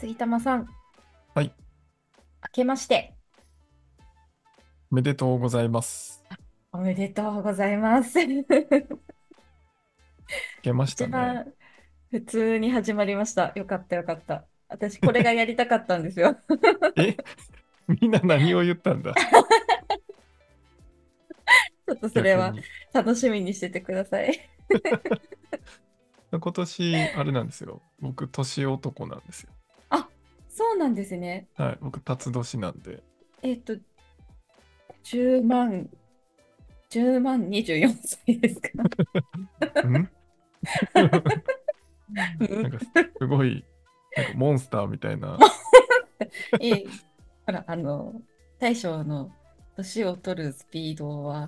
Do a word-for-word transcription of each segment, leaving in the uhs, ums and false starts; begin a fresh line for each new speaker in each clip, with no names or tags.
杉玉さん、
はい、
明けまして、
おめでとうございます。
おめでとうございます。
明けましたね。
一番普通に始まりました。よかったよかった。私、これがやりたかったんですよ。
え、みんな何を言ったんだ？
ちょっとそれは
逆に。
楽しみにしててください。
今年、あれなんですよ。僕、年男なんですよ。
あ、そうなんですね。
はい、僕、辰年なんで。
えっと、じゅうまん、じゅうまんにじゅうよんさいですか？
ん
うん。
なんか、すごい、なんかモンスターみたいな。
いい。ほら、あの、大将の年を取るスピードは、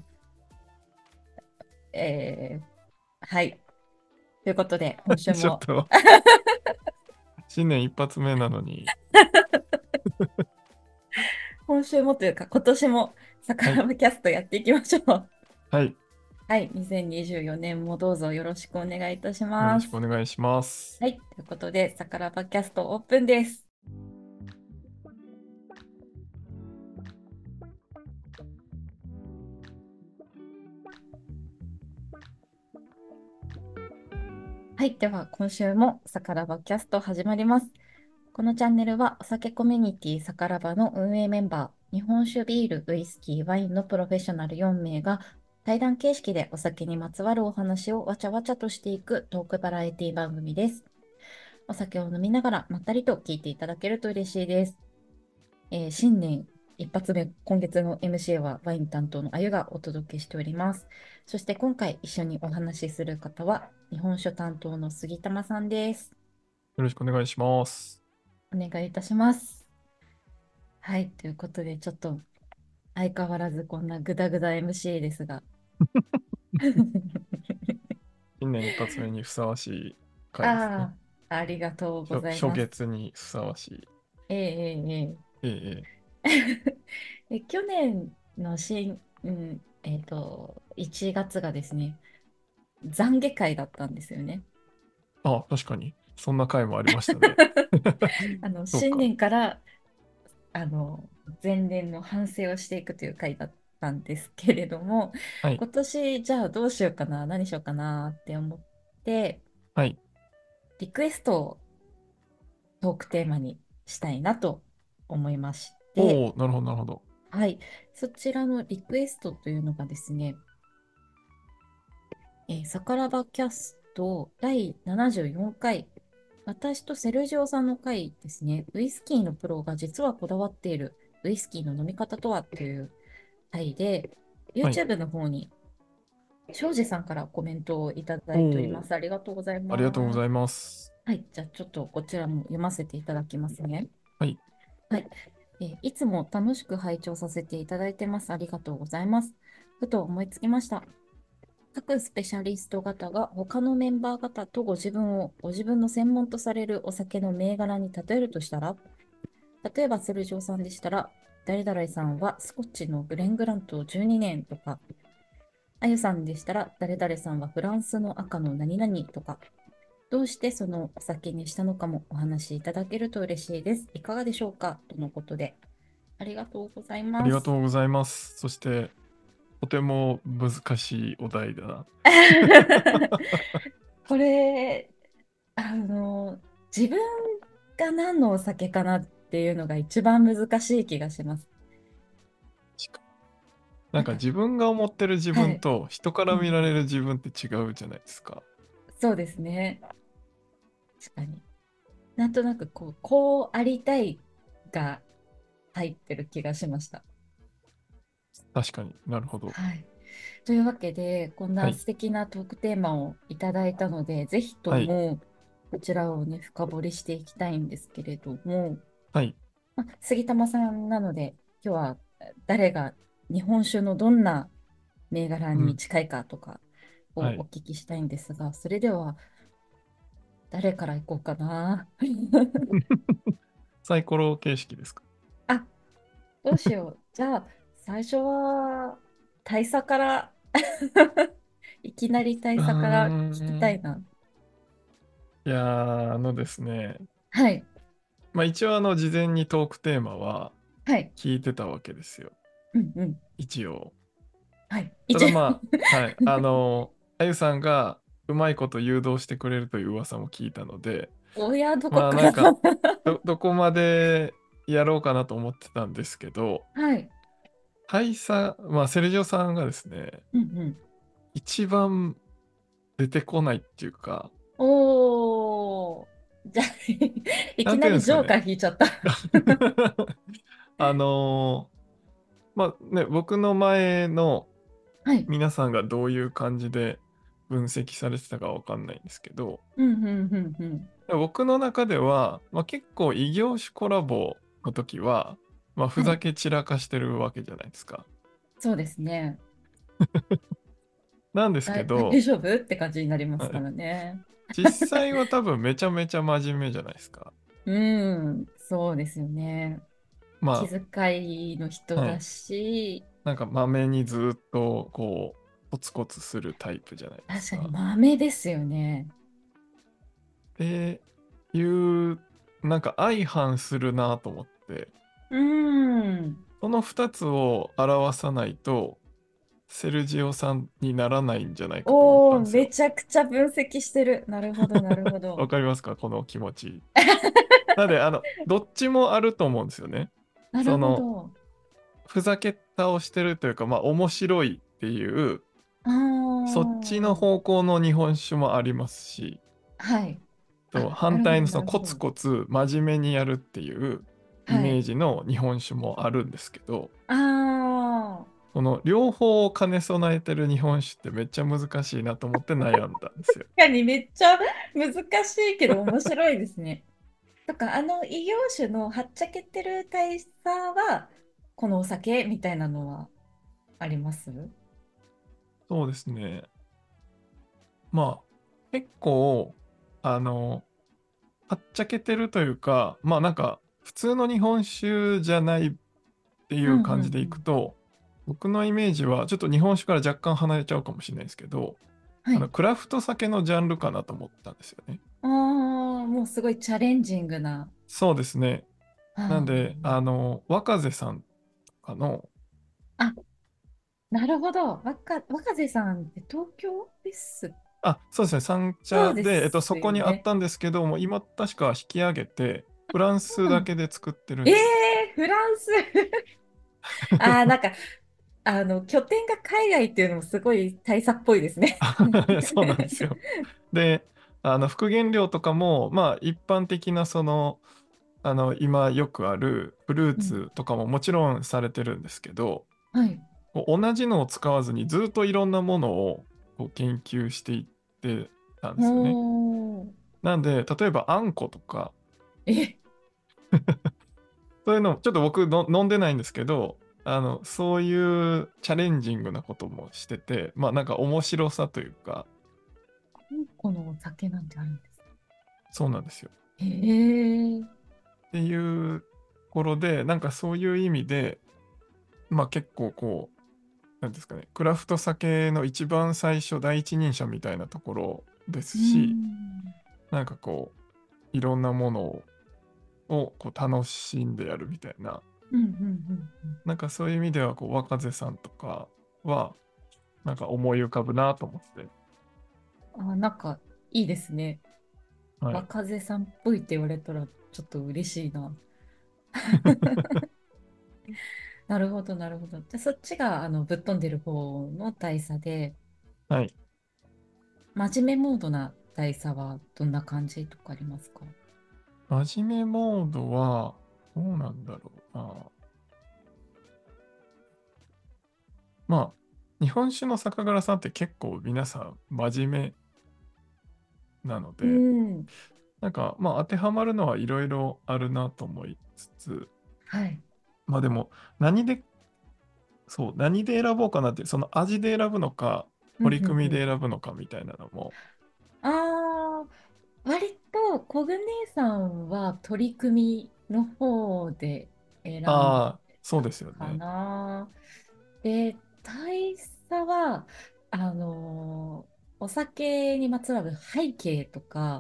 えー、はい。ということで、今週
ちょっ
も
と、新年一発目なのに。
今週もというか、今年もサカ
はい、
ラバキャストやっていきましょう。
はい、
はい、にせんにじゅうよねんもどうぞよろしくお願いいたし
よろしくお
ます。
願いします。
はい、ということで、サカラバキャストオープンです。はい、では今週もサカラバキャスト始まります。このチャンネルはお酒コミュニティサカラバの運営メンバー、日本酒ビール、ウイスキー、ワインのプロフェッショナルよん名が対談形式でお酒にまつわるお話をわちゃわちゃとしていくトークバラエティ番組です。お酒を飲みながらまったりと聞いていただけると嬉しいです。えー新年一発目、今月の エムシー はワイン担当のあゆがお届けしております。そして今回一緒にお話しする方は日本酒担当の杉玉さんです。
よろしくお願いします。
お願いいたします。はい、ということでちょっと相変わらずこんなグダグダ エムシー ですが。
新年一発目にふさわしい回ですね。
ああ、ありがとうご
初、初
ざいます。
月にふさわしい。
ええええ
ええ、ええ。
ええ去年の新、うん、えっと、いちがつがですね、懺悔会だったんですよね。
あ、確かに。そんな回もありましたね。
あの、
そうか。
新年から、あの、前年の反省をしていくという会だったんですけれども、
はい。
今年、じゃあどうしようかな、何しようかなって思って、
はい。
リクエストをトークテーマにしたいなと思いまして、
おお、なるほど、なるほど。
はい、そちらのリクエストというのがですね、えー、サカラバキャストだいななじゅうよんかい、私とセルジオさんの回ですね、ウイスキーのプロが実はこだわっているウイスキーの飲み方とはという回で、
はい。
YouTube の方に庄司さんからコメントをいただ
お
いておりま
お、
す。ありがとうござい
ありがとうご
ます。
ざいます。
はい、じゃあちょっとこちらも読ませていただきますね。
はい。
はい、えーいつも楽しく拝聴させていただいてます。ありがとうございます。ふと思いつきました。各スペシャリスト方が他のメンバー方とご自分をご自分の専門とされるお酒の銘柄に例えるとしたら、例えばセルジオさんでしたら、誰々さんはスコッチのグレングラントじゅうにねんとか、あゆさんでしたら、誰々さんはフランスの赤の何々とか、どうしてそのお酒にしたのかもお話しいただけると嬉しいです。いかがでしょうかとのことで。ありがとうござい
あり
ます。
がとうございます。そして、とても難しいお題だな。
これ、あの、自分が何のお酒かなっていうのが一番難しい気がします。なんか、
なんか自分が思ってる自
はい。
分と人から見ら
うん、
れる自分って違うじゃないですか。
そうですね。確かに。なんとなくこう、こうありたいが入ってる気がしました。
確かになるほど。
はい。というわけで、こん
はい。
な素敵なトークテーマをいただいたので、ぜひと
はい。
もこちらをね、深掘りしていきたいんですけれども、
はい。
まあ、杉玉さんなので、今日は誰が日本酒のどんな銘柄
うん。
に近いかとかを
はい。
お聞きしたいんですが、それでは誰から行こうかな。
サイコロ形式ですか？
あ、どうしよう。じゃあ、最初は大佐からいきなり大
うー
佐から聞きたい
ん。
な。
いやー、あのですね、
はい。
まあ一応あの事前にトークテーマは
はい。
聞いてたわけですよ。
うんうん。
一応。
はい。
た
一応
だまあ、はい。あの、あゆさんがうまいこと誘導してくれるという噂も聞いたので、
親どこから
まあなんか、ど、どこまでやろうかなと思ってたんですけど、
はい。
大佐、まあセルジオさんがですね、
うんうん。
一番出てこないっていうか、
おー。じゃあい
なん
きなりジョーカ
ていうんですかね。
ー引いちゃった
あのーまあね、僕の前の
はい。
皆さんがどういう感じで分析されてたかわかんないんですけど、
うんうんうんうん。
僕の中では、まあ、結構異業種コラボの時は、まあ、ふ
はい。
ざけ散らかしてるわけじゃないですか。
そうですね。
なんですけ
だ、大
ど、
丈夫って感じになりますか
はい、
らね。
実際は多分めちゃめちゃ真面目じゃないですか。
うん、そうですよね。気
ま
遣いの人
あ、は
だ
い。
し、
なんかまめにずっとこう、コツコツするタイプじゃないです
確かに
か。
豆ですよね。
っていう、なんか相反するなと思って、
うん。
そのふたつを表さないと、セルジオさんにならないんじゃないかと思っ
おー、
たんですよ。
めちゃくちゃ分析してる。なるほど、なるほど。
わかりますかこの気持ち。なんで、あの、どっちもあると思うんですよね。
なる
その、
ほど。
ふざけたをしてるというか、まあ、面白いっていう、
あ
そっちの
ー、
方向の日本酒もありますし、
はい。
と
あ、なるほど、
反対のそのコツ
なるほど。
コツ真面目にやるっていうイ
はい。
メージの日本酒もあるんですけど、
あー、
この両方を兼ね備えてる日本酒ってめっちゃ難しいなと思って悩んだんですよ。
確かにめっちゃ難しいけど面白いですね。とか、あの異業種のはっちゃけてる大佐は、このお酒みたいなのはあります？
そうですね。まあ、結構、あの、はっちゃけてるというか、まあなんか、普通の日本酒じゃないってい
うんうんう
う感じでいく
ん。
と、僕のイメージは、ちょっと日本酒から若干離れちゃうかもしれないですけど、あの、
はい。
クラフト酒のジャンルかなと思ったんですよね。
ああ、もうすごいチャレンジングな。
そうですね。なん
あ
で、あの、若瀬さんとかの、
あ、あ、なるほど。若、若瀬さんって東京です。
あ、そうですね、三
そうで
茶で、えっと、そこ
すよね。
にあったんですけども、今確か引き上げて、フランス
そうなん
だけで作ってるん
え
ですよ。
えー、フランスああ、なんか、あの、拠点が海外っていうのもすごい大佐っぽいですね。
そうなんですよ。で、あの復元料とかも、まあ、一般的なその、あの今よくあるフルー
うん。
ツとかももちろんされてるんですけど、
はい。
こう同じのを使わずにずっといろんなものをこう研究していってたんですよね。
おー。
なんで、例えばあんことか、
え、
そういうの、ちょっと僕の飲んでないんですけど、あの、そういうチャレンジングなこともしてて、まあなんか面白さというか、
このお酒なんてあるんです。
そうなんですよ。
へえ。
っていうところで、なんかそういう意味で、まあ結構こう、なんですかね、クラフト酒の一番最初、第一人者みたいなところです
う
し、
ん。
なんかこう、いろんなものををこう楽しんでやるみたいな、
うんうんうんうん。
なんかそういう意味では、こう、若瀬さんとかは、なんか思い浮かぶなと思って、
あ、なんかいいですね。
はい。
若風さんっぽいって言われたらちょっと嬉しいな。なるほど、なるほど。じゃあそっちがあのぶっ飛んでる方の大佐で、
はい。
真面目モードな大佐はどんな感じとかありますか？
真面目モードは、どうなんだろうな。まあ、日本酒の酒蔵さんって結構皆さん真面目なの
う
で、
ん。
なんか、まあ、当てはまるのはいろいろあるなと思いつつ、
はい。
まあでも、何で、そう、何で選ぼうかなって、その味で選ぶのか、
うん
取り組みで
うんうん。
選ぶのかみたいなのも、
ああ、割と小暮さんは取り組みの方で選ん
ああ、そう
だ
ですよ
か
ね。
な。で、大佐は、あのーお酒にまつわる背景とか、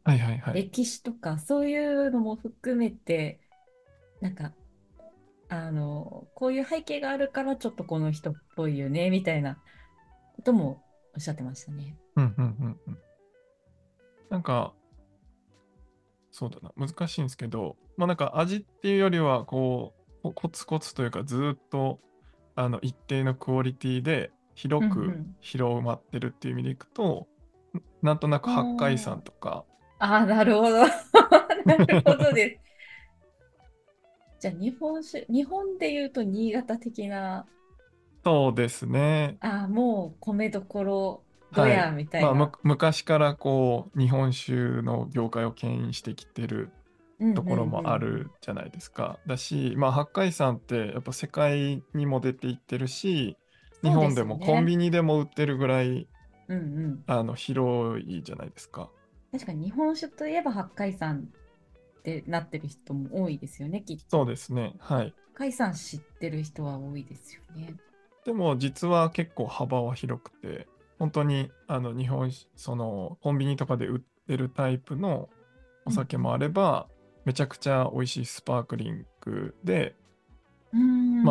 はいはいはい。
歴史とかそういうのも含めて、なんか、あの、こういう背景があるからちょっとこの人っぽいよね、みたいなこともおっしゃってましたね。
うんうんうんうん。なんか、そうだな、難しいんですけど、まあなんか味っていうよりは、こう、こコツコツというか、ずーっと、あの、一定のクオリティで広く
うん
広まってるっていう意味でいくと、なんとなく
う
八海
ん。あ
山とか、
あ、ああ、なるほど。なるほどです。じゃあ、日本酒、日本で言うと新潟的な、
そうですね。
ああ、もう米どころど
はい。
や、みた
まあ、む
いな。
昔からこう、日本酒の業界を牽引してきてる
うんうん
ところ
うんう
もある
ん。
じゃないですか。だし、まあ、八海山ってやっぱ世界にも出ていってるし、日
そうで
本で
すよね。
もコンビニでも売ってるぐらい
うんうん。
あの広いじゃないですか。
確かに日本酒といえば八海山ってなってる人も多いですよね、きっ
そう
と。
ですね。は
八
い。
海山知ってる人は多いですよね。
でも実は結構幅は広くて、本当にあの日本酒、そのコンビニとかで売ってるタイプのお
うん
酒もあれば、めちゃくちゃ美味しいスパークリングで、
うん。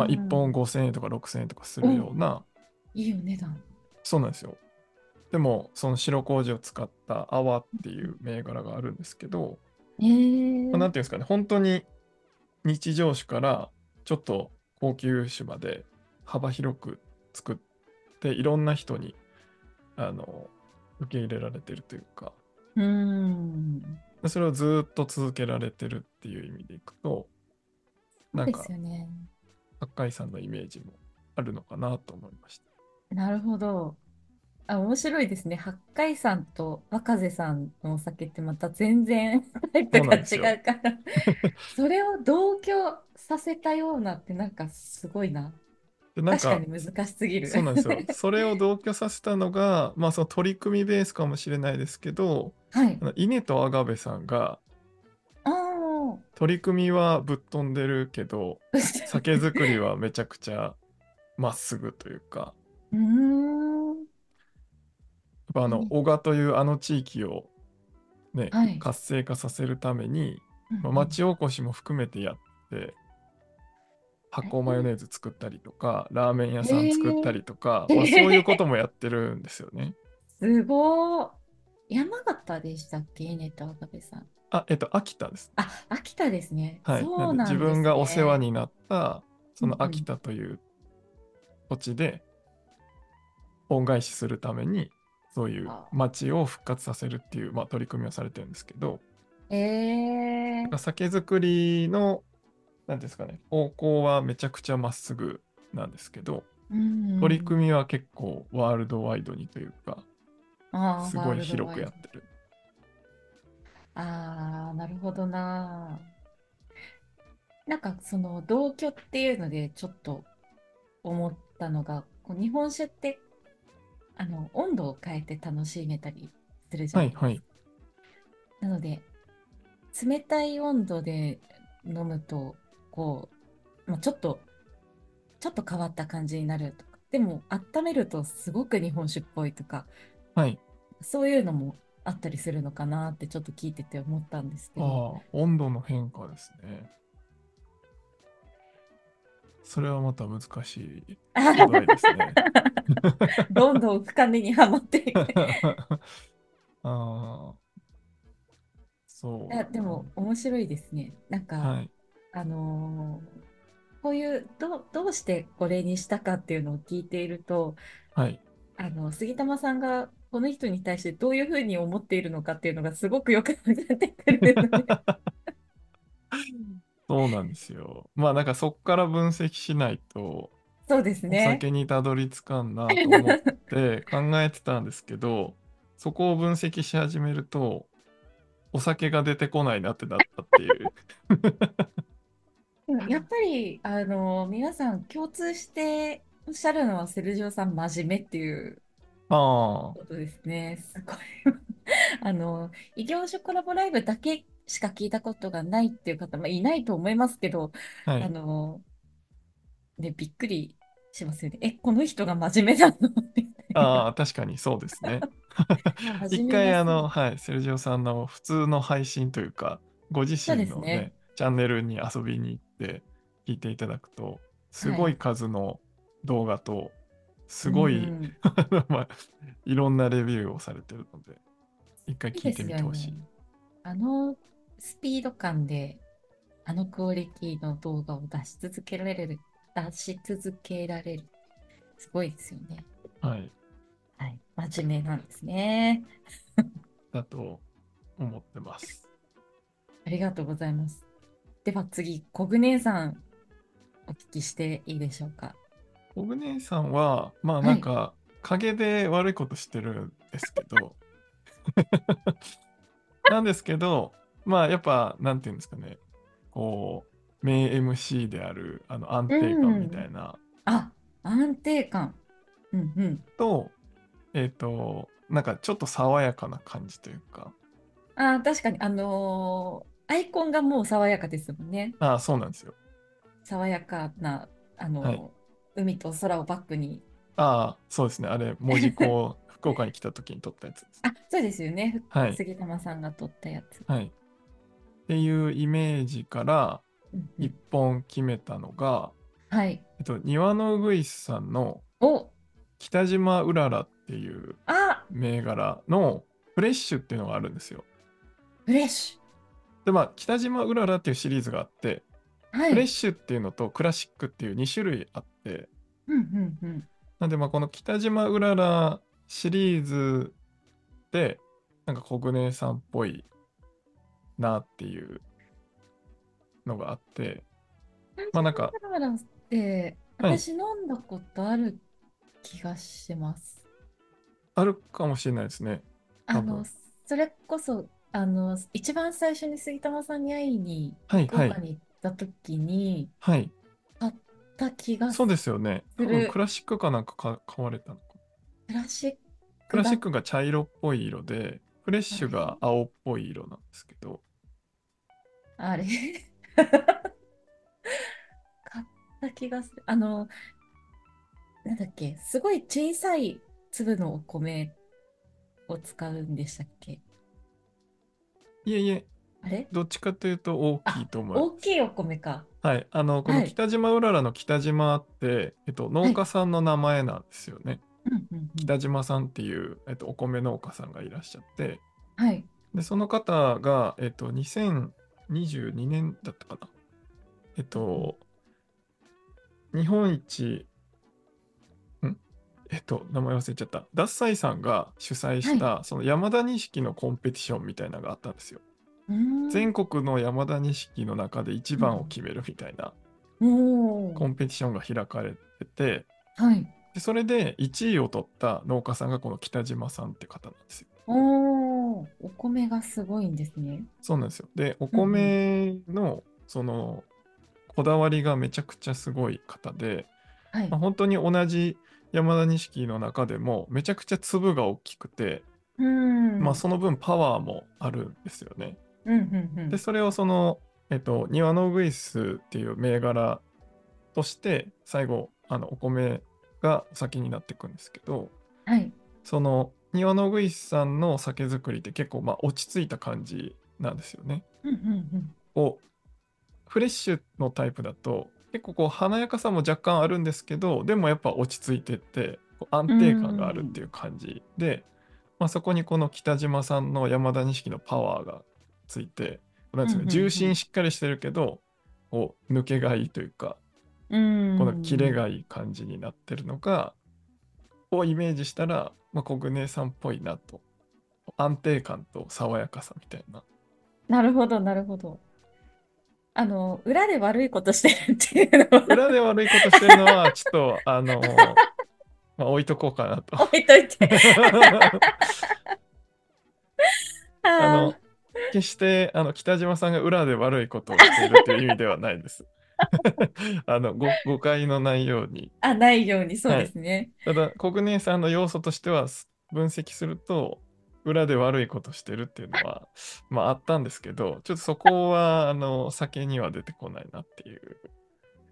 まあ1
うーん。
本ごせんえんとかろくせんえんとかするよ
お、
うな、
いいお値段。
そうなんですよ。でも、その白麹を使った泡っていう銘柄があるんですけど、
え
まあ、な
ー、
んていうんですかね、本当に日常酒からちょっと高級酒まで幅広く作って、いろんな人にあの受け入れられてるというか、
うーん。
それをずっと続けられてるっていう意味でいくと、
そうで
なんか
すよね。
八海山のイメージもあるのかなと思いました。
なるほど。あ、面白いですね。八海山と若瀬さんのお酒ってまた全然タイプ
そうな
が
んですよ。
違うから、それを同居させたようなってなんかすごいな。
で、なんか、
確かに難しすぎる。
そうなんですよ。それを同居させたのが、まあその取り組みベースかもしれないですけど、
はい。
あの稲とアガベさんが
ああ。
取り組みはぶっ飛んでるけど、酒造りはめちゃくちゃまっすぐというか、
うーん。
やっぱあの、
いいね。
男鹿というあの地域をね、
はい。
活性化させるために、まあ、
うんうん。
町おこしも含めてやって、発酵マヨネーズ作ったりとか、ラーメン屋
え
さん作った
ー、
りとか、
え
まあ、そういうこと
ー、
もやってるんですよね。
すごー。山形でしたっけ、ネタ赤部さん。
あ、えっと、秋田です。
あ、秋田ですね。
はい。なんで、自
そうなんで
分がお世話
すね。
になった、その秋
うんうん。
田という土地で恩返しするために、そういう
あ、
町を復活させるっていう、まあ、取り組みをされてるんですけど、
えー、
酒造りの、なんていうんですかね、方向はめちゃくちゃまっすぐなんですけど、
うんう
取り組
ん。
みは結構ワールドワイドにというか、
ああ、
す
ワー
ごい広
ルドワイド。
くやってる。
ああ、なるほどな。なんかその同居っていうのでちょっと思ったのが、こう日本酒ってあの温度を変えて楽しめたりするじゃ
はいはい。
ないですか。なので、冷たい温度で飲むと、こう、まあ、ちょっと、ちょっと変わった感じになるとか。でも、温めるとすごく日本酒っぽいとか、
はい。
そういうのもあったりするのかなってちょっと聞いてて思ったんですけど。
ああ、温度の変化ですね。それはまた難しいお題ですね。
どんどん深みにはまっていく。い
ああ、そ
や、
うだな。
でも面白いですね。なんか、
はい。
あのーこういうどう、どうしてこれにしたかっていうのを聞いていると、
はい。
あの杉玉さんがこの人に対してどういうふうに思っているのかっていうのがすごくよく分かってくるので。
そうなんですよ。まあなんかそっから分析しないと
そうです
お
ね。
酒にたどり着かんなと思って考えてたんですけど、そこを分析し始めるとお酒が出てこないなってなったっていう。
でもやっぱりあの皆さん共通しておっしゃるのはセルジオさん真面目っていう
あ
ことですね。すごい。あの異業種コラボライブだけしか聞いたことがないっていう方もいないと思いますけど、
あ、は
あ
い。
のね、びっくりしますよね。え、この人が真面目なのって。
ああ、確かにそうですね。
始
一回、あの、
めやすい。
はい、セルジオさんの普通の配信というか、ご自
そう
身
ですね。
のね、チャンネルに遊びに行って聞いていただくと、すごい
はい。
数の動画と、
う
すごい
ん。
あのまあ、いろんなレビューをされてるので、一回
いいで
聞いて
すよね。
みてほしい。
あのスピード感で、あのクオリティの動画を出し続けられる、出し続けられる。すごいですよね。
はい。
はい。真面目なんですね。
だと思ってます。
ありがとうございます。では次、コグ姉さん、お聞きしていいでしょうか。
小グ姉さんは、まあ
はい。
なんか、陰で悪いことしてるんですけど、なんですけど、まあやっぱ、なんていうんですかね、こう、名 エムシー である、あの安
う
定感みた
ん。
いな、
あ、安定感。うんうん。
と、えっと、なんかちょっと爽やかな感じというか、
あ、確かに、あのーアイコンがもう爽やかですもんね。
ああ、そうなんですよ。
爽やかな、あ
はい。
のー海と空をバックに。
ああ、そうですね。あれ、門司港、福岡に来た時に撮ったやつです。
あ、そうですよね。ふ
はい。
杉玉さんが撮ったやつ。
はい。っていうイメージから一
うんうん。
本決めたのが、
はい。
えっと、庭のウグイスさんの
お、
北島うららっていう
あ、
銘柄のフレッシュっていうのがあるんですよ。
フレッシ
で、まあ、北島うららっていうシリーズがあって、
ュ。はい。
フレッシュっていうのとクラシックっていうに種類あって、
うんうんうん。
なんで、まあ、この北島うららシリーズで、なんか国姉さんっぽいなっていうのがあって、
フレッシ
まあなんか、
ュララって、
はい、
私飲んだことある気がします。
あるかもしれないですね。
あの、
多分。
それこそ、あの、一番最初に杉玉さんに会いに
はい、はい、
福岡に行った時に
はい。
買った気が
そう
す
ですよね。多分ク
る。
ラシックかなんかか買われたのか。
クラシッ
クラシッ
クだっ
クが茶色っぽい色で、フレッシュ
たり、
が青っぽい色なんですけど、
あれ買った気がする。あの、なんだっけ、すごい小さい粒のお米を使うんでしたっけ？
いえいえ、
あれ
どっちかというと大きい
あ、
と思います。
大きいお米か。
はい。あの、この
はい。
北島うららの北島って、えっと、農家
はい。
さんの名前なんですよね。
うんうんうん。
北島さんっていう、えっと、お米農家さんがいらっしゃって、
はい。
で、その方が、えっと、にせんにじゅうにねんだったかな。えっ
うん
と、日本一、んえっと、名前忘れちゃった。ダッサイさんが主催
はい。
した、その山田錦のコンペティションみたいなのがあったんですよ。
うーん。
全国の山田錦の中で一番を
うん
決めるみたいな
うん。おー。
コンペティションが開かれてて、
はい。
でそれでいちいを取った農家さんがこの北島さんって方なんですよ。
おー。お米がすごいんですね。
そうなんですよ。で、お
うんうん。
米のそのこだわりがめちゃくちゃすごい方で、まあ、
はい。
本当に同じ山田錦の中でもめちゃくちゃ粒が大きくて、
うーん。
まあ、
うん
その分パワーもあるんですよね。
うんう
で、
ん。
それをその、えっと、庭のウグイスっていう銘柄として最後あのお米がお酒になっていくんですけど、
はい。
その庭のウグイスさんの酒造りって結構まあ落ち着いた感じなんですよね。
うんうん
をフレッシュのタイプだと結構こう華やかさも若干あるんですけど、でもやっぱ落ち着いてってこう安
う
定感があ
ん。うーん。
るっていう感じで、まあ、そこにこの北島さんの山田錦のパワーがついて、なん
うん
ですかね、重心
うん
しっかりしてるけどこう抜けがいいというか、
うん。
このキレ
うーん。
がいい感じになってるのがをイメージしたら、まあ、コグネさんっぽいなと。安定感と爽やかさみたいな。
なるほど、なるほど。あの、裏で悪いことしてるっていうのは
裏で悪いことしてるのは、ちょっと、あのまあ、置いとこうかなと。
置いといてあ
あの、決して、あの、北島さんが裏で悪いことをしているという意味ではないです。あの、ご誤解のないように。
あ、ないように、そう
はい。
ですね。
ただ、国姉さんの要素としては、す分析すると、裏で悪いことしてるっていうのは、まあ、あったんですけど、ちょっとそこは、あの、酒には出てこないなっていう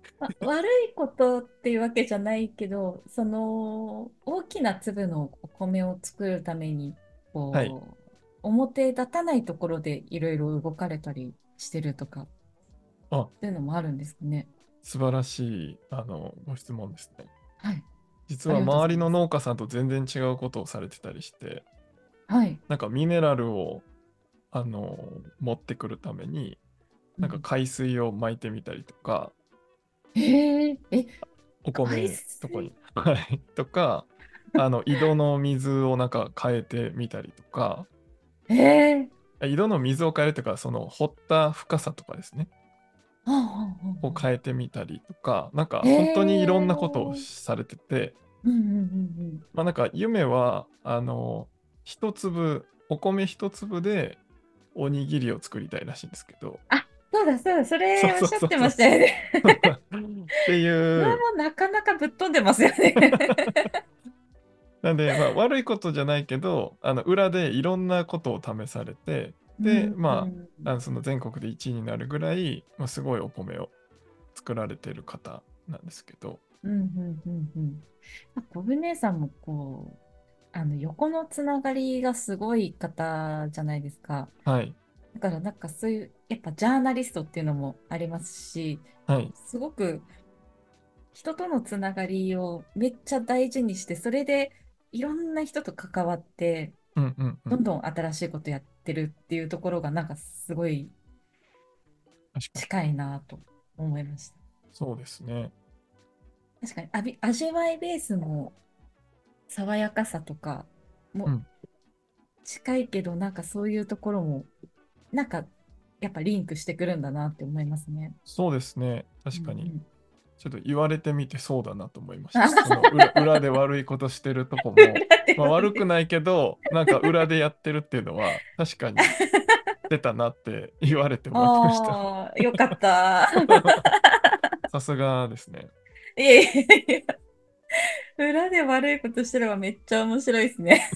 まあ、悪いことっていうわけじゃないけど、その大きな粒のお米を作るために、
はい。
こう、表立たないところでいろいろ動かれたりしてるとかっ
あ、
ていうのもあるんですかね。
素晴らしい、あの、ご質問ですね。
はい。
実
ありがとうご
は周りの
ざいます。
農家さんと全然違うことをされてたりして、
はい。
なんかミネラルを、あの、持ってくるために、なんか
うん、
海水を巻いてみたりとか、
えー、え、
お
海
米とこに、
水。
はい、とか、あの、井戸の水をなんか変えてみたりとか、
えー、
あ井戸の水を変えるというか、その掘った深さとかですね、
はあはあは
を
あは
変えてみたりとか、なんか
あ、え
本当にいろんなことを
ー、
されてて、
うんうんうんうん。
まあなんか夢は、あの、一粒、お米一粒でおにぎりを作りたいらしいんですけど、
あ、そうだそうだ、そ
そうそう
れおっしゃって
そうそうそう。
ましたよね。
って
それ
いう、
もなかなかぶっ飛んでますよね。
なんで、まあ、悪いことじゃないけど、あの裏でいろんなことを試されて、で、
うんう
ま
ん。
あ、あのその全国でいちいになるぐらい、まあ、すごいお米を作られている方なんですけど、
うんうんうんうん。まあ小舟姉さんもこう、あの横のつながりがすごい方じゃないですか。
はい、
だからなんかそういう、やっぱジャーナリストっていうのもありますし、
はい、
すごく人とのつながりをめっちゃ大事にして、それでいろんな人と関わって、
うんうんうん、
どんどん新しいことやってるっていうところがなんかすごい
確かに。
近いなと思いました。
そうですね。
確かに味、味わいベースも爽やかさとかも
うん、
近いけど、なんかそういうところも、なんかやっぱリンクしてくるんだなって思いますね。
そうですね。
う
確かに。
んうん。
ちょっと言われてみてそうだなと思いまし
あ、
た。その裏、裏で悪いことしてるとこも、
裏で
まあ、悪く
悪い。
ないけど、なんか裏でやってるっていうのは、確かに出たなって言われて思いました。
ああ、よかった。
さすがですね。
いえいえいえ、裏で悪いことしてればめっちゃ面白いですね。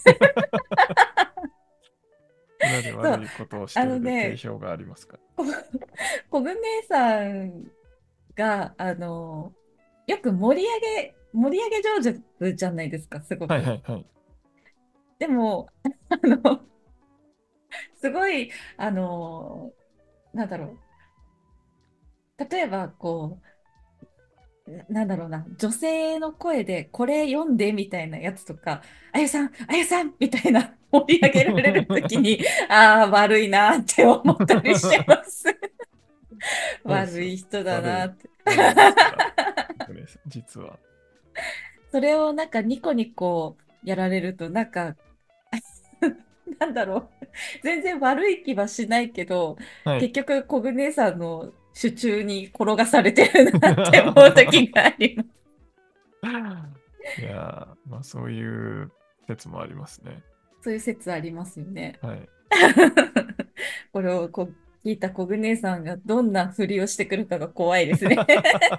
裏で
そう、
悪いことをし
あ
てる定
のね、
評がありますから。
こ小舟さんが、あの、よく盛り上げ、盛り上げ上手じゃないですか、すご
はい
く。
はいはい。
でも、あの、すごい、あの、なんだろう。例えば、こう、ななんだろうな、女性の声でこれ読んでみたいなやつとか、あゆさん、あゆさんみたいな盛り上げられるときに、ああ、悪いなって思ったりします。
そうですよ。
悪い人だ
悪い、
なって。
悪いですから。僕です、実は。
それをなんかニコニコやられると、なんか、なんだろう。全然悪い気はしないけど、
はい。
結局、小舟さんの手中に転がされてるなって思う時があります。
いやー、まあそういう説もありますね。
そういう説ありますよね。
はい。
これをこ聞いた小舟さんがどんなふりをしてくるかが怖いですね。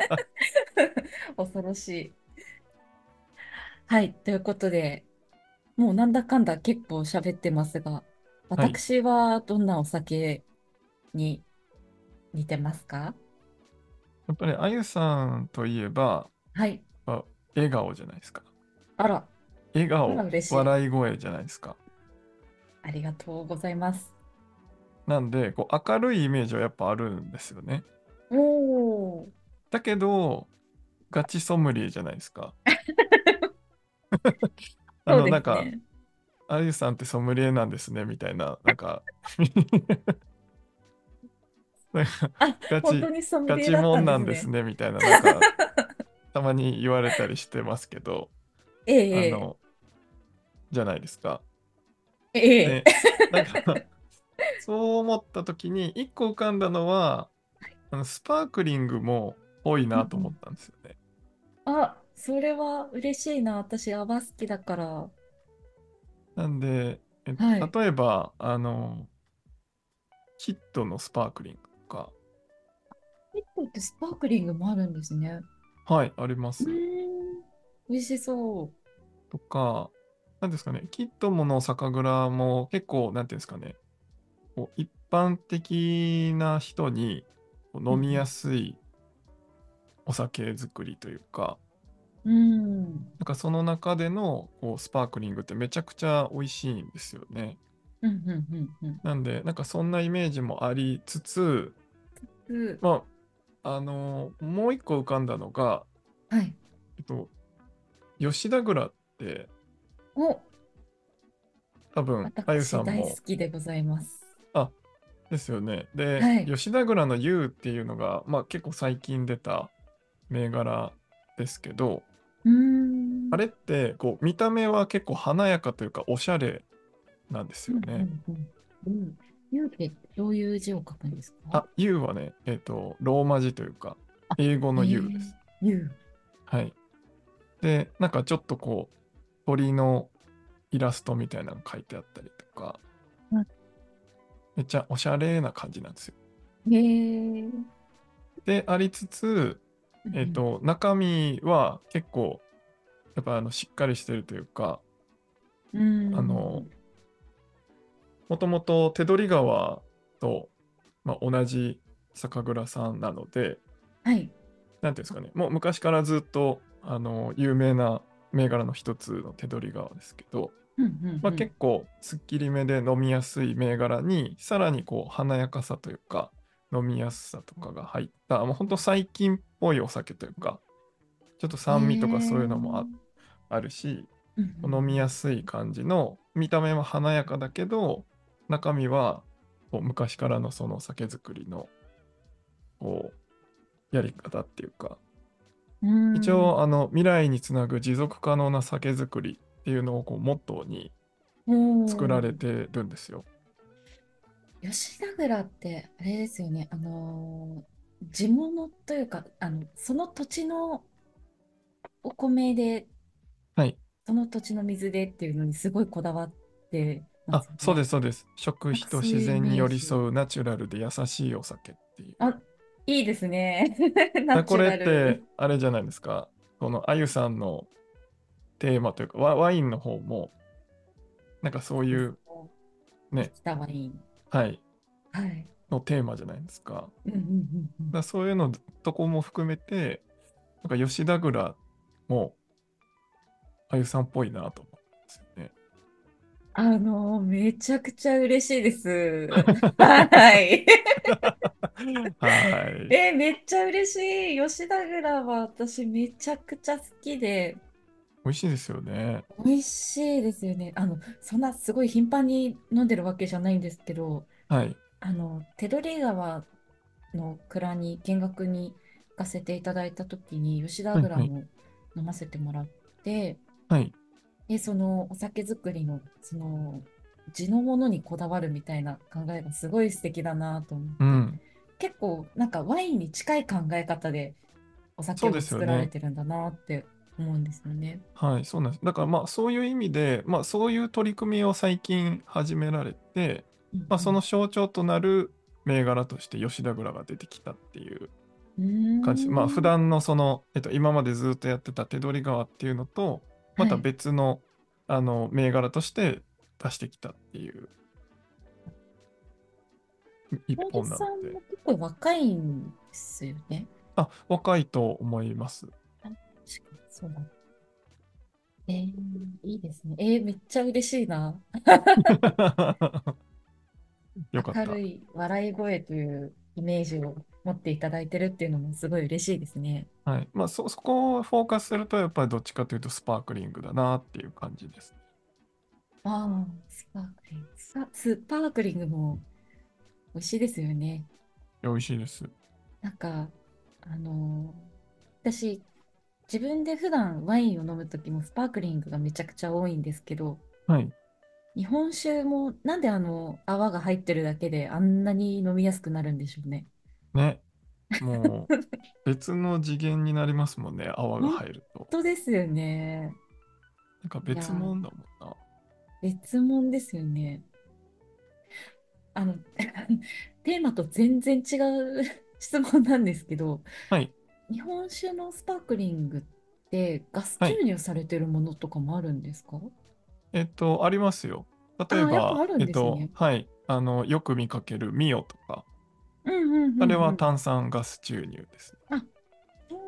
恐ろしい。はい。ということで、もうなんだかんだ結構喋ってますが、
はい。
私はどんなお酒に似てますか？
やっぱりあゆさんといえば、
はい。
まあ笑顔じゃないですか。
あら、
笑顔、
あら嬉しい。
笑い声じゃないですか。
ありがとうございます。
なんで、こう明るいイメージはやっぱあるんですよね。
おー、
だけど、ガチソムリエじゃないですか。あ
そう
の、なんか、
ですね。
あゆさんってソムリエなんですね、みたいな、なんかなんか
あ、
ガチ、
本当にソム
ガ
リエだった
チモンなん
んですね。
ですね、みたいな、なんか、たまに言われたりしてますけど、
ええ、
あの、じゃないですか。
ええ、
で、なんかそう思った時に、一個浮かんだのは、あのスパークリングも多い
うんうん。
なと思ったんですよね。
あ、それは嬉しいな。私、泡好きだから。
なんで、え
はい。
例えば、あの、キットのスパークリングとか、
結構ってスパークリングもあるんですね。
はい、ありま
うー
す。
ん。美味しそう。
とか、なんですかね、キットもの酒蔵も結構、なんていうんですかね、こう一般的な人にこう飲みや
うんうん。
すいお酒作りというか、
うん。
なんかその中でのこうスパークリングってめちゃくちゃ美味しいんですよね。
うん、うん、うん、
なんで、なんかそんなイメージもありつつ、
うん。う
まあ、あのーもう一個浮かんだのが、
はい。
えっと、吉田蔵って
お、
多分、あゆさ
私大好
んも、
きでございます。
あ、ですよね。で、
はい。
吉田蔵の U っていうのが、まあ結構最近出た銘柄ですけど、
うーん。
あれってこう見た目は結構華やかというかおしゃれなんです
うん、う
よね。
ん、うん。うん。ゆうってどういう字を書くんですか？
あ、U はね、えっと、ローマ字というか、
あ、
英語の
え
U で
ー、
す。
ゆう。
はい。で、なんかちょっとこう、鳥のイラストみたいなの書いてあったりとか、
あ
めっちゃおしゃれな感じなんですよ。
へえ。うん、
で、ありつつ、
うん。
えっと、中身は結構、やっぱあのしっかりしてるというか、
う
あの、
ん。
もともと手取川と、まあ、同じ酒蔵さんなので、
はい。
なんていうんですかね、もう昔からずっとあの有名な銘柄の一つの手取川ですけど、
うん、うん、
まあ、
うん。
結構すっきりめで飲みやすい銘柄に、さらにこう華やかさというか、飲みやすさとかが入った、もう本当最近っぽいお酒というか、ちょっと
へ
酸味とかそういうのもあ、
え。
あるし、
うん、
飲みやすい感じの、見た目は華やかだけど、中身はこう昔からのその酒造りのこうやり方っていうか、
うん。うーん。
一応あの未来につなぐ持続可能な酒造りっていうのをこうモットーに
お
作られ
ー。
てるんですよ。
吉田蔵って、あれですよね。あのー地物というか、あの、その土地のお米で、
はい。
その土地の水でっていうのにすごいこだわってま
あ、
すよね。
そうです、そうです。食
なんか
費と
そういうイ
自然に寄り
メージ。
添うナチュラルで優しいお酒っていう。
あ、いいですね。ナ
あ、これっ
チュラ
て
ル。
あれじゃないですか。このあゆさんのテーマというか、ワ、ワインの方も、なんかそう
です
いう
ね。生
ね、
きたワイン。
はい、
はい。
のテーマじゃないですか。だか
うん、うん、うん、うん。
らそういうのとこも含めて、なんか吉田蔵もあゆさんっぽいなと思うんですよね。
あのーめちゃくちゃ嬉しいです。はい。
はい。
えーめっちゃ嬉しい。吉田蔵は私めちゃくちゃ好きで、
美味しいですよね。
美味しいですよね。あの、そんなすごい頻繁に飲んでるわけじゃないんですけど、
はい。
あの、手取川の蔵に見学に行かせていただいた時に吉田
はい、はい。
蔵も飲ませてもらって、
はい。
で、そのお酒作りの、その、地のものにこだわるみたいな考えがすごい素敵だなと思って、
うん。
結構なんかワインに近い考え方でお酒
そうで
を作られ
すよね。
てるんだなって思うんですよね。
はい、そうなんです。だからまあそういう意味で、まあそういう取り組みを最近始められて、まあその
うん
象徴となる銘柄として吉田蔵が出てきたっていう
うん。
感じ。まあ普
うーん。
段のその、えっと、今までずっとやってた手取川っていうのと、また
はい。
別の、あの銘柄として出してきたっていう一
大木
本なので、
さんも結構若いんですよね。
あ、若いと思います。
あ、確かにそうだ。えー、いいですね。えー、めっちゃ嬉しいな。
よかった。
明るい笑い声というイメージを持っていただいてるっていうのもすごい嬉しいですね。
はい。まあそ、そこをフォーカスすると、やっぱりどっちかというとスパークリングだなっていう感じです。
ああ、スパークリング。さスパークリングも美味しいですよね。
美味しいです。
なんか、あのー私、自分で普段ワインを飲むときもスパークリングがめちゃくちゃ多いんですけど、
はい。
日本酒もなんであの泡が入ってるだけであんなに飲みやすくなるんでしょうね。
ね。もう別の次元になりますもんね。泡が
本
入ると。
当ですよね。
なんか
いやー、
別物だもんな。
別物ですよね。あの、テーマと全然違う質問なんですけど、
はい。
日本酒のスパークリングってガス注
はい。
入されてるものとかもあるんですか？
えっと、ありますよ。例え
ああー、やっぱ
ば、
あるん
えっと、
ですね。
はい。あの、よく見かけるミオとか、
うんうんう
あれ
んうん。
は炭酸ガス注入ですね。
あ、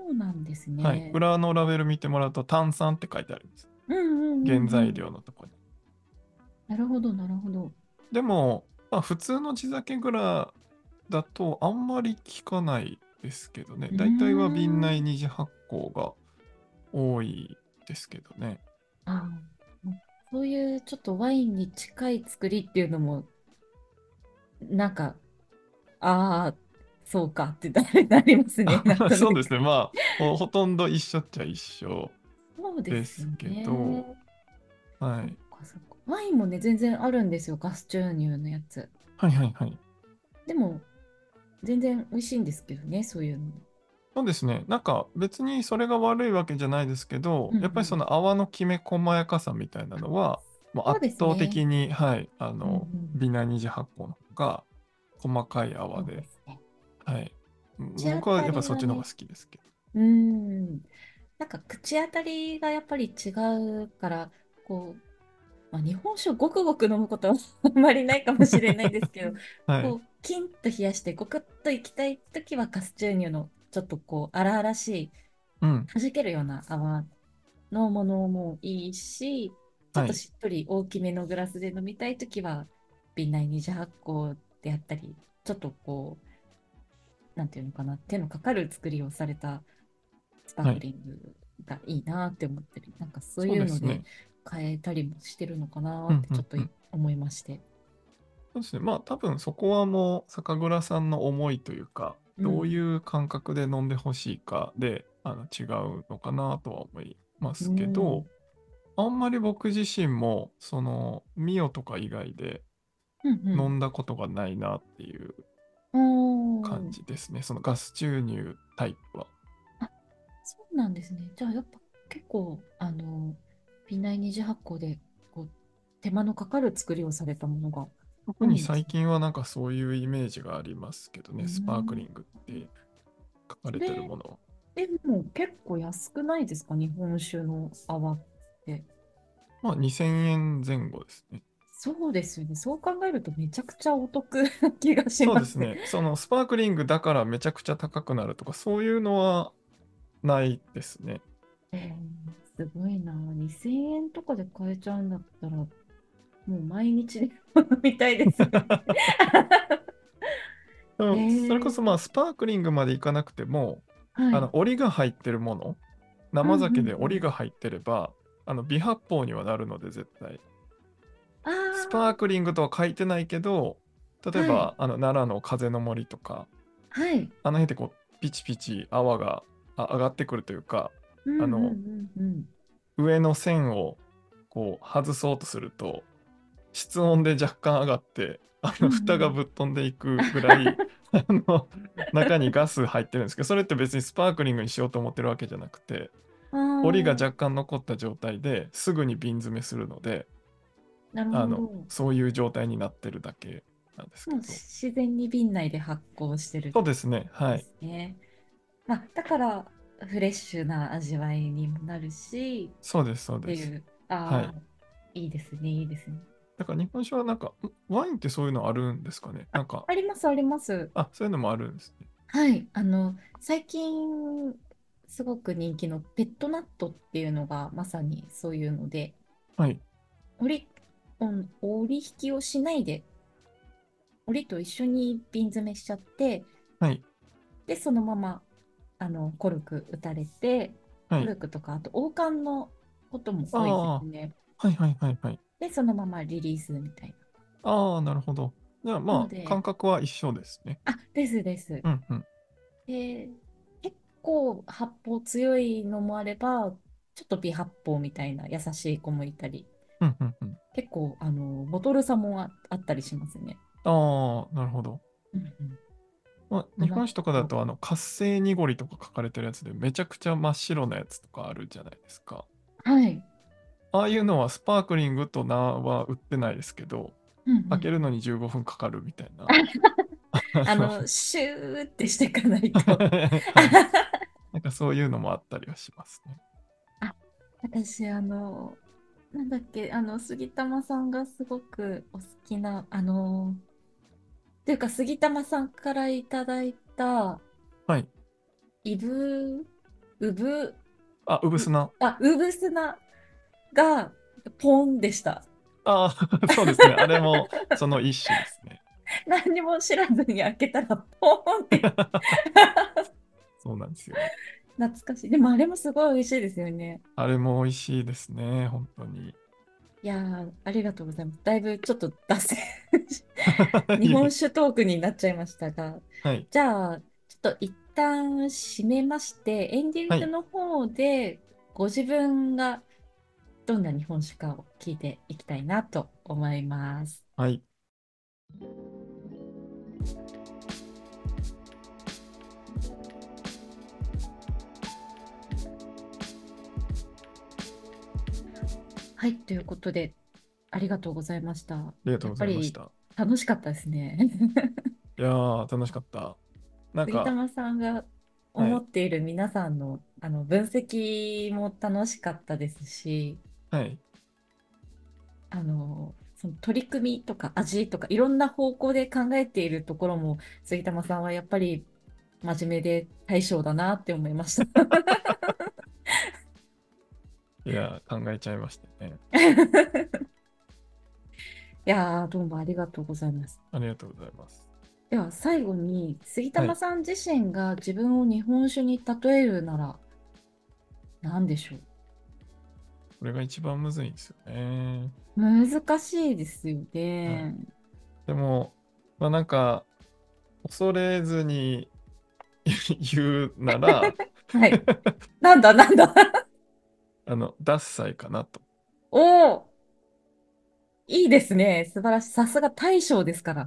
うなんです
はい。
ね。
裏のラベル見てもらうと炭酸って書いてあります。
うんうんう
原材
んうん。
料のところに。
なるほど、なるほど。
でも、まあ、普通の地酒蔵だとあんまり効かないですけどね。
うー
大体は瓶内
ん。
二次発酵が多いですけどね。
ああ、そういうちょっとワインに近い作りっていうのも、なんか、ああ、そうかってななりますね。なんとなく。
そうですね。まあ、ほ、ほとんど一緒っちゃ一緒
そうですよ
ですけど、
ね。そっ
はい。
かそっか。ワインもね、全然あるんですよ。ガス注入のやつ。
はいはいはい。
でも、全然美味しいんですけどね、そういうの。
そうですね。なんか別にそれが悪いわけじゃないですけど、やっぱりそ
うんうん。
の泡のきめ細やかさみたいなのは、もう
そう
圧倒
ですね。
的に、はい、あ
うんう
の、
ん。
ビナ二次発酵の方が細かい泡
そうで
で、
すね。
はい。
口当た
僕はやっぱ
りがね、
そっちの方が好きですけど。
うーん。なんか口当たりがやっぱり違うから、こう、まあ、日本酒をごくごく飲むことはあんまりないかもしれないですけど、
はい。
こう、キンと冷やしてゴクッといきたいときはガス注入のちょっとこう、荒々しい、
うん。
弾けるような泡のものもいいし、ちょっ
はい。
としっとり大きめのグラスで飲みたいときは、瓶内二次発酵であったり、ちょっとこう、なんていうのかな、手のかかる作りをされたスパー
はい。
クリングがいいなって思ったり、なんかそういうので
そうですね。
変えたりもしてるのかな
うん、
ってちょっと
うん、うん。
思いまして。
そうですね。まあ多分そこはもう酒蔵さんの思いというか、どうい
うん。
う感覚で飲んでほしいかであの違うのかなとは思いま
う
すけど、
ん。
あんまり僕自身もそのミオとか以外で
うん
飲んだことがないなっていう
うん。お
感
ー。
じですね。そのガス注入タイプは。
あ、そうなんですね。じゃあやっぱ結構、あの、瓶内二次発酵でこう手間のかかる作りをされたものが
特に
多いんですね。
最近はなんかそういうイメージがありますけど
う
ね、スパークリ
ん。
ングって書かれてる
それ
もの。
でも結構安くないですか、日本酒の泡って。
まあにせんえん前後ですね。
そうですよね。そう考えるとめちゃくちゃお得な気がします。
そうですね。そのスパークリングだからめちゃくちゃ高くなるとか、そういうのはないですね。
えー、すごいな。にせんえんとかで買えちゃうんだったら、もう毎日で飲みたいですね。
で
え
もそれこそま
ー、
あスパークリングまでいかなくても、
はい。
あの、檻が入ってるもの、
うんう
生酒で
んうん。
檻が入ってれば、あの、微発泡にはなるので絶対。
あ
スパーク
あ、
リングとは書いてないけど、例え
はい。
ば、あの、奈良の風の森とか、
はい。
あの辺ってこう、ピチピチ泡があ上がってくるというか、
うんう
あの、
んうんうん。
上の線をこう外そうとすると、室温で若干上がって、あ
うん
の、蓋が
うん。
ぶっ飛んでいくぐらい、あの、中にガス入ってるんですけど、それって別にスパークリングにしようと思ってるわけじゃなくて、
あ
檻が
あ、
若干残った状態ですぐに瓶詰めするので、
なる
あの、
ほど。
そういう状態になってるだけなんです
もう
けど。
自然に瓶内で発酵してる
そうですね。
で
はい。
すね。まあ、だからフレッシュな味わいにもなるし、
そうです、そうです。
っていう、ああ、
はい。
いいですね、いいですね。
だから日本酒はなんか、んワインってそういうのあるんですかね。なんか、
あります、あります。
あ、そういうのもあるんですね。
はい。あの、最近、すごく人気のペットナットっていうのがまさにそういうので、
はい。
折り、うん折り引きをしないで、折りと一緒に瓶詰めしちゃって、
はい。
で、そのまま、あの、コルク打たれて、
はい。
コルクとか、あと王冠のことも多いで
ああ、
すね。
はいはいはいはい。
で、そのままリリースみたい
ああ、なるほど。じゃあ
な。な
まあ、
ので、
感覚は一緒ですね。
あ、ですです。
うんうん。
で、結構発泡強いのもあれば、ちょっと微発泡みたいな優しい子もいたり、
うんうんうん。
結構、あの、ボトル差もあ、あったりしますね。
ああ、なるほど。
うんうん。
まあ、
トラッ
日本酒とかだ
と。
と、あの、活性濁りとか書かれてるやつで、めちゃくちゃ真っ白なやつとかあるじゃないですか。
はい。
ああいうのはスパークリングと名は売ってないですけど、
うんうん
開けるの
うん。
にじゅうごふんかかるみたいな。
あ、
あの
あの、シューってしていかないと。
はい。なんかそういうのもあったりはしますね。
あ、私、あの、なんだっけ、あの、杉玉さんがすごくお好きな、あの、というか、杉玉さんからいただいた、
はい。
イブうぶ、
あ、うぶ
う、
すな。
あ、うぶすながポンでした。
ああ、そうですね。あれもその一種ですね。
何にも知らずに開けたらポンって。
そうなんですよ。
懐かしい。でもあれもすごい美味しいですよね。
あれも美味しいですね。本当に。
いやー、ありがとうございます。だいぶちょっと脱線日
いえいえ。
本酒トークになっちゃいましたが、
はい。
じゃあ、ちょっと一旦締めまして、エンディング
はい。
の方でご自分がどんな日本酒かを聞いていきたいなと思います。
はい。
はい、ということで、ありがとうございました。や
りがとうご
っぱり
ざいました。
楽しかったですね。
いやー、楽しかった。なんか、
杉玉さんが
はい。
思っている皆さんの、あの分析も楽しかったですし、
はい。
あの、その取り組みとか味とかいろんな方向で考えているところも杉玉さんはやっぱり真面目で大将だなって思いました。
いやー、考えちゃいましたね。
いやー、どうもありがとうございます。
ありがとうございます。
では最後に杉
はい。
玉さん自身が自分を日本酒に例えるなら何でしょう？
これが一番むずいんですよね。
難しいですよ
はい。
ね。
でも、まあなんか、恐れずに言うなら、
はい。なんだなんだ。
あの、ダッサイかなと。
おお、いいですね。素晴らしい。さすが大将ですから。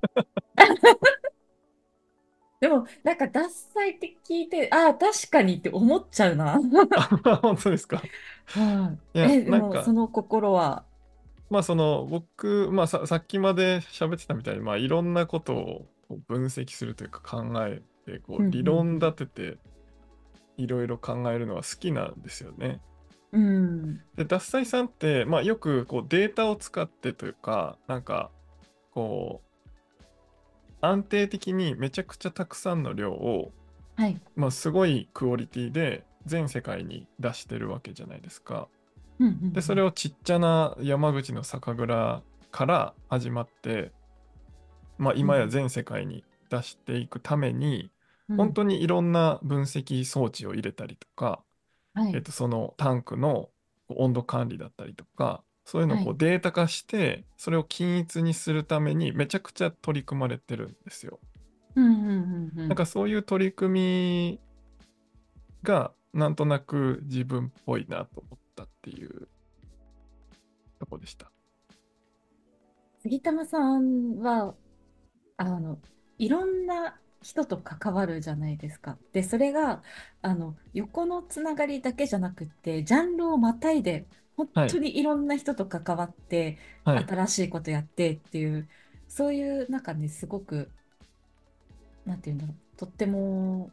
でも、なんか、獺祭って聞いて、ああ、確かにって思っちゃうな。
あ、本当ですか。
は
いや、
い。え、でも、そ
なんか、
の心は、
まあその、僕、まあさ、さっきまで喋ってたみたいに、まあいろんなことをこう分析するというか考えて、こ
うん、
う理論
うん、
立てていろいろ考えるのは好きなんですよね。
うん。うん。
で、獺祭さんって、まあよくこうデータを使ってというか、なんか、こう、安定的にめちゃくちゃたくさんの量を、
はい。
まあすごいクオリティで全世界に出してるわけじゃないですか。
うん、う
で、それ
ん、
をちっちゃな山口の酒蔵から始まって、まあ、
うん。
今や全世界に出していくために、
うん。うん。
本当にいろんな分析装置を入れたりとか、
はい。
えっと、そのタンクの温度管理だったりとか、そういうのを
はい。
こうデータ化して、それを均一にするためにめちゃくちゃ取り組まれてるんですよ。
うん、うん、うん、うん。
なんかそういう取り組みがなんとなく自分っぽいなと思ったっていうとこでした。
杉玉さんは、あの、いろんな人と関わるじゃないですか。で、それが、あの、横のつながりだけじゃなくって、ジャンルをまたいで、本
はい。
当にいろんな人と関わって、
はい。
新しいことやってっていう、そういう、なんかね、すごく、なんていうんだろう、とっても、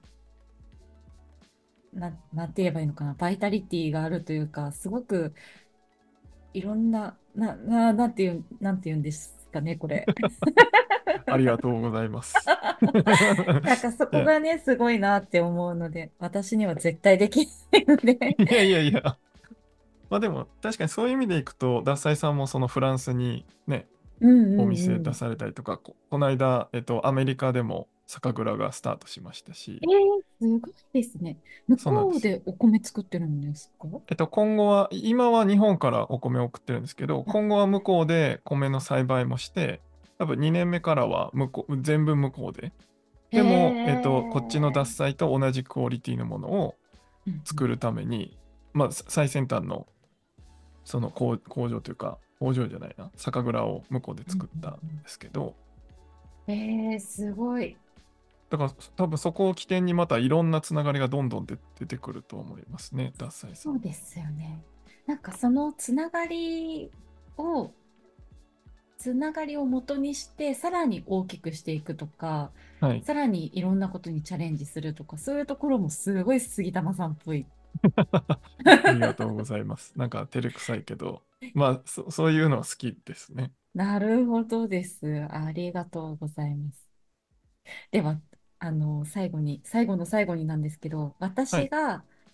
な、なんて言えばいいのかな、バイタリティがあるというか、すごくいろんな、な、な、なんていうん、なんていうんですかね、これ。
ありがとうございます。
なんかそ
いや、
こがね、すごいなって思うので、私には絶対できないので。
いやいやいや。まあでも、確かにそういう意味でいくと、獺祭さんもそのフランスにね、
うん
お
うんうん。
店出されたりとか、こ、この間、えっと、アメリカでも酒蔵がスタートしましたし、
えー、すごいですね。向こう
そうなんです。
でお米作ってるんですか？
えっと、今後は、今は日本からお米を送ってるんですけど、
あ、
今後は向こうで米の栽培もして、多分にねんめからは向こう、全部向こうで。
へ
でも、えっと、こっちの獺
え。
祭と同じクオリティのものを
うんうん。
作るために、まあ、最先端のその工、工場というか、工場じゃないな、酒蔵を向こうで
うん
作ったん
うん
ですけど、
うん。えー、すごい。
だから多分そこを起点にまたいろんなつながりがどんどん出出てくると思いますね、獺祭さんは。
そうですよね。なんかそのつながりを、つながりを元にして、さらに大きくしていくとか、
はい。
さらにいろんなことにチャレンジするとか、そういうところもすごい杉玉さんっぽい。
ありがとうございます。なんか照れくさいけど、まあそ、そういうのは好きですね。
なるほどです。ありがとうございます。では、あの、最後に、最後の最後になんですけど、
はい。
私が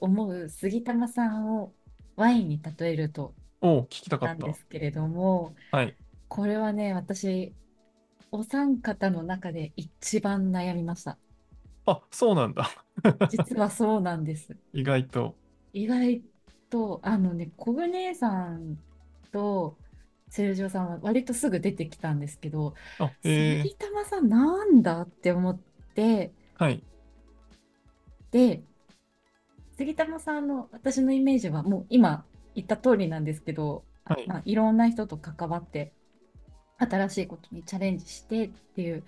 思う杉玉さんをワインに例えると
おお、聞きたか
なんで
った。
すけれども、
はい。
これはね、私、お三方の中で一番悩みました。
あ、そうなんだ。
実はそうなんです。
意外と。
意外と、あのね、コグ姉さんとセルジオさんは割とすぐ出てきたんですけど、
あ、へえ。
杉玉さんなんだって思って、
はい。
で、杉玉さんの私のイメージはもう今言った通りなんですけど、あ
はい。
まあ、いろんな人と関わって新しいことにチャレンジしてっていう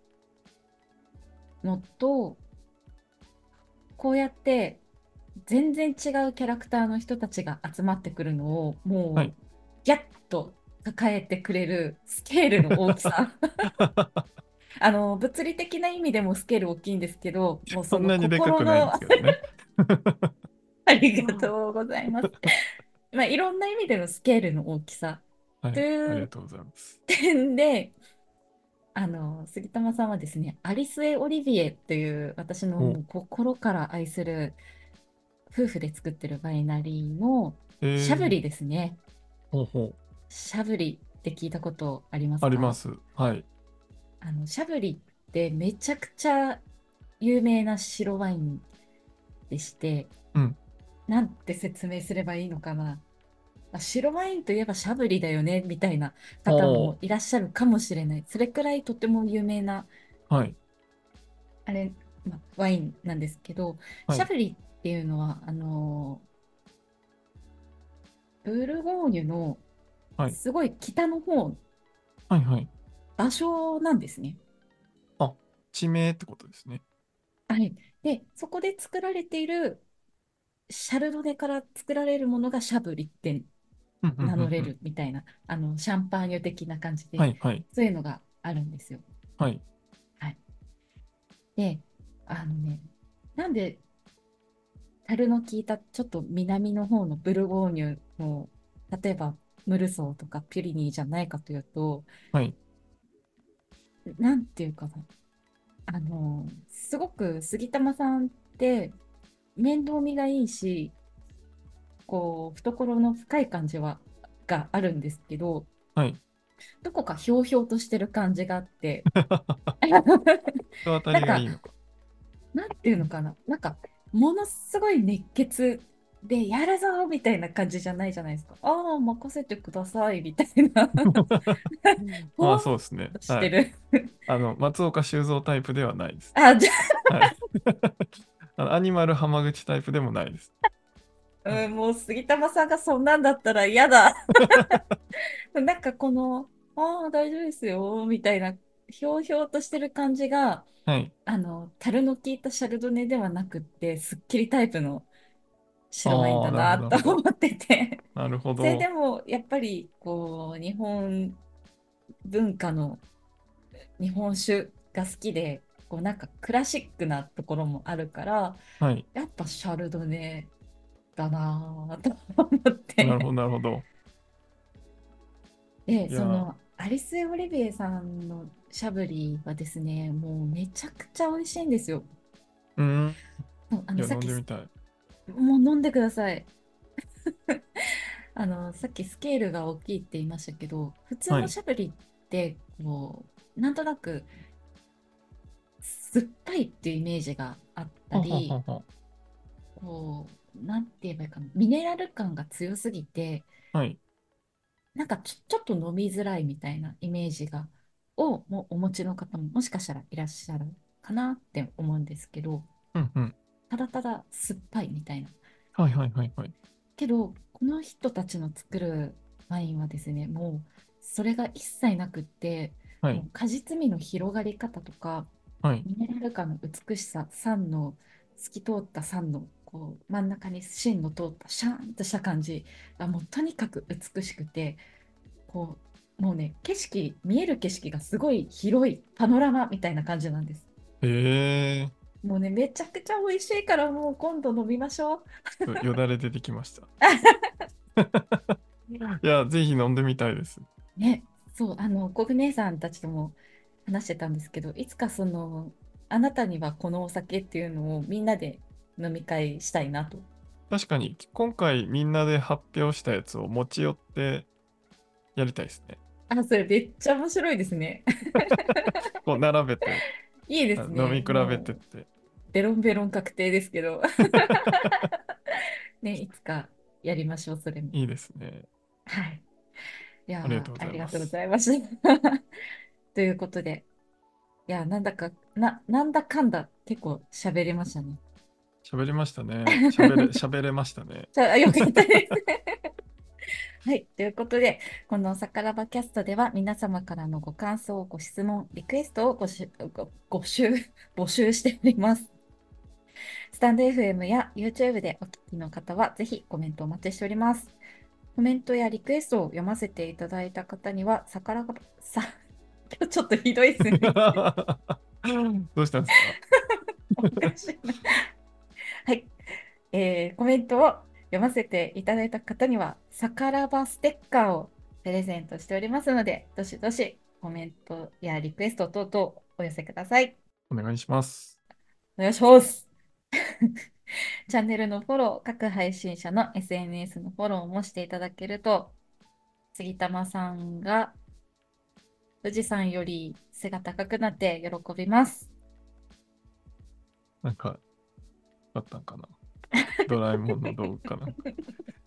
のと、こうやって全然違うキャラクターの人たちが集まってくるのを
はい。
もうギャッと抱えてくれるスケールの大きさ。あの物理的な意味でもスケール大きいんですけど、もうその
そんなにでかくないんで
心の
すけどね。
ありがとうございます。まあ、いろんな意味でのスケールの大きさと
はい。あ
いう
りがとうございます。
点で、あの杉玉さんはですね、アリス・エ・オリビエという私の
お、
もう心から愛する夫婦で作ってるワイナリーの
えー、
シャブリですね。
ほうほう。
シャブリって聞いたことありますか？
あります。はい。
あのシャブリってめちゃくちゃ有名な白ワインでして、
うん。
なんて説明すればいいのかな。あ、白ワインといえばシャブリだよねみたいな方
おー。
もいらっしゃるかもしれない。それくらいとても有名な
はい。
あれ、ま、ワインなんですけど、
はい。
シャブリっていうのはあのブルゴーニュの
はい。
すごい北の方、
はい。はい。
場所なんですね。
あ、地名ってことですね。
はい。で、そこで作られているシャルドネから作られるものがシャブリって
うん、うん、うん、うん。
名乗れるみたいな、あの、シャンパーニュ的な感じで、
はい。はい。
そういうのがあるんですよ。
はい。
はい。で、あのね、なんで、樽の効いたちょっと南の方のブルゴーニュの、例えばムルソーとかピュリニーじゃないかというと、
はい。
なんていうかな、あの、すごく杉玉さんって面倒見がいいし、こう、懐の深い感じは、があるんですけど、
はい。
どこかひょうひょうとしてる感じがあって、
人当た
なんか、
りがいいのか。
なんていうのかな、なんか、ものすごい熱血でやるぞみたいな感じじゃないじゃないですか。ああ、任せてくださいみたいな、
まあ
ほわっ
そうですね。
とし
はい。
てる。
あの、松岡修造タイプではないです。
あ、じゃ
はい。あの、アニマル浜口タイプでもないです。はい。
あ、うん、もう杉玉さんがそんなんだったら嫌だ。なんかこの、ああ、大丈夫ですよ、みたいな、ひょうひょうとしてる感じが、
はい。
あの、樽の効いたシャルドネではなくって、すっきりタイプの白ワイン
ああ、なるほど、
だな
なるほど。
と思ってて、
なるほ
それで
ど。
もやっぱりこう日本文化の日本酒が好きで、こうなんかクラシックなところもあるから、
はい。
やっぱシャルドネだなと思って、
なるほど、なるほど。
で、
いやー、
そのアリス・オリビエさんのシャブリーはですね、もうめちゃくちゃ美味しいんですよ。
うーん。
そうあ
いや、
のさっき、
飲んでみたい。
もう飲んでください。あのさっきスケールが大きいって言いましたけど、普通
はい。
のしゃぶりってこうなんとなく酸っぱいっていうイメージがあった
はは
り、
はは。
こうなんて言えばいいかな、ミネラル感が強すぎて、
はい。
なんかちょ、ちょっと飲みづらいみたいなイメージがをもうお持ちの方ももしかしたらいらっしゃるかなって思うんですけど、
うんうん。
ただただ酸っぱいみたいな。
はいはいはいはい。
けど、この人たちの作るワインはですね、もうそれが一切なくって、
はい。
もう果実味の広がり方とか、
はい。
ミネラル感の美しさ、酸の透き通った酸のこう真ん中に芯の通ったシャーンとした感じがもうとにかく美しくて、こうもうね、景色、見える景色がすごい広いパノラマみたいな感じなんです。
え
もうね、めちゃくちゃ美味しいからもう今度飲みましょう。
ー、よだれ出てきました。いや、ぜひ飲んでみたいです。
ね、そう、あの、コグ姉さんたちとも話してたんですけど、いつかその、あなたにはこのお酒っていうのをみんなで飲み会したいなと。
確かに、今回みんなで発表したやつを持ち寄ってやりたいですね。
あ、それめっちゃ面白いですね。
こう並べて、
いいで
あ
すね。
飲み比べてっ
もう、
て。
ベロンベロン確定ですけど。ね、いつかやりましょう、それも。
いいですね。
はい。いやー、あ
ありがとうござい
りがとうご
ます。
ざいます。ということで、いやー、なんだか、な、なんだかんだ結構喋れましたね。
喋りましたね。喋れ、喋れましたね。
じゃあ、よかったです。はい。ということで、このさからばキャストでは皆様からのご感想、ご質問、リクエストをごしご、ご集、募集しております。スタンド エフエム や YouTube でお聞きの方は、ぜひコメントお待ちしております。コメントやリクエストを読ませていただいた方には、さからば、さ、今日ちょっとひどいですね。
どうしたんですか？
おかしいな。はい。えーコメントを読ませていただいた方には、さからばステッカーをプレゼントしておりますので、どしどしコメントやリクエスト等々お寄せください。
お願いします。
お願いします。チャンネルのフォロー、各配信者の エスエヌエス のフォローもしていただけると、杉玉さんが富士山より背が高くなって喜びます。
なんか、あったんかな。ドラえもんの道具かなんか。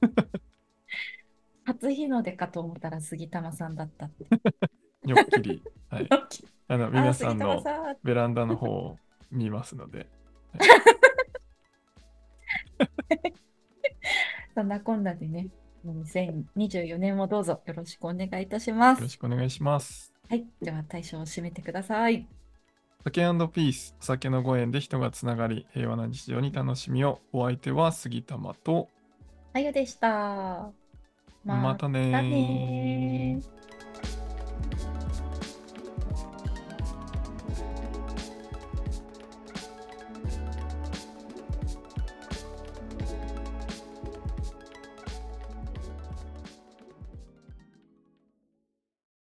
初日の出かと思ったら杉玉さんだったって。
にょっきり。はい。あの、
あー、
皆さ
杉
んの
玉さん。
ベランダの方を見ますので、はい、
そんなこんなでね、にせんにじゅうよねんもどうぞよろしくお願いいたしま
よろ
す。
しくお願いします。
はい。では、対象を締めてください。
酒ピース、お酒のご縁で人がつながり、平和な日常に楽しみを。お相手は杉玉と、
あゆでした。ま
またね
た
ー。
ねー。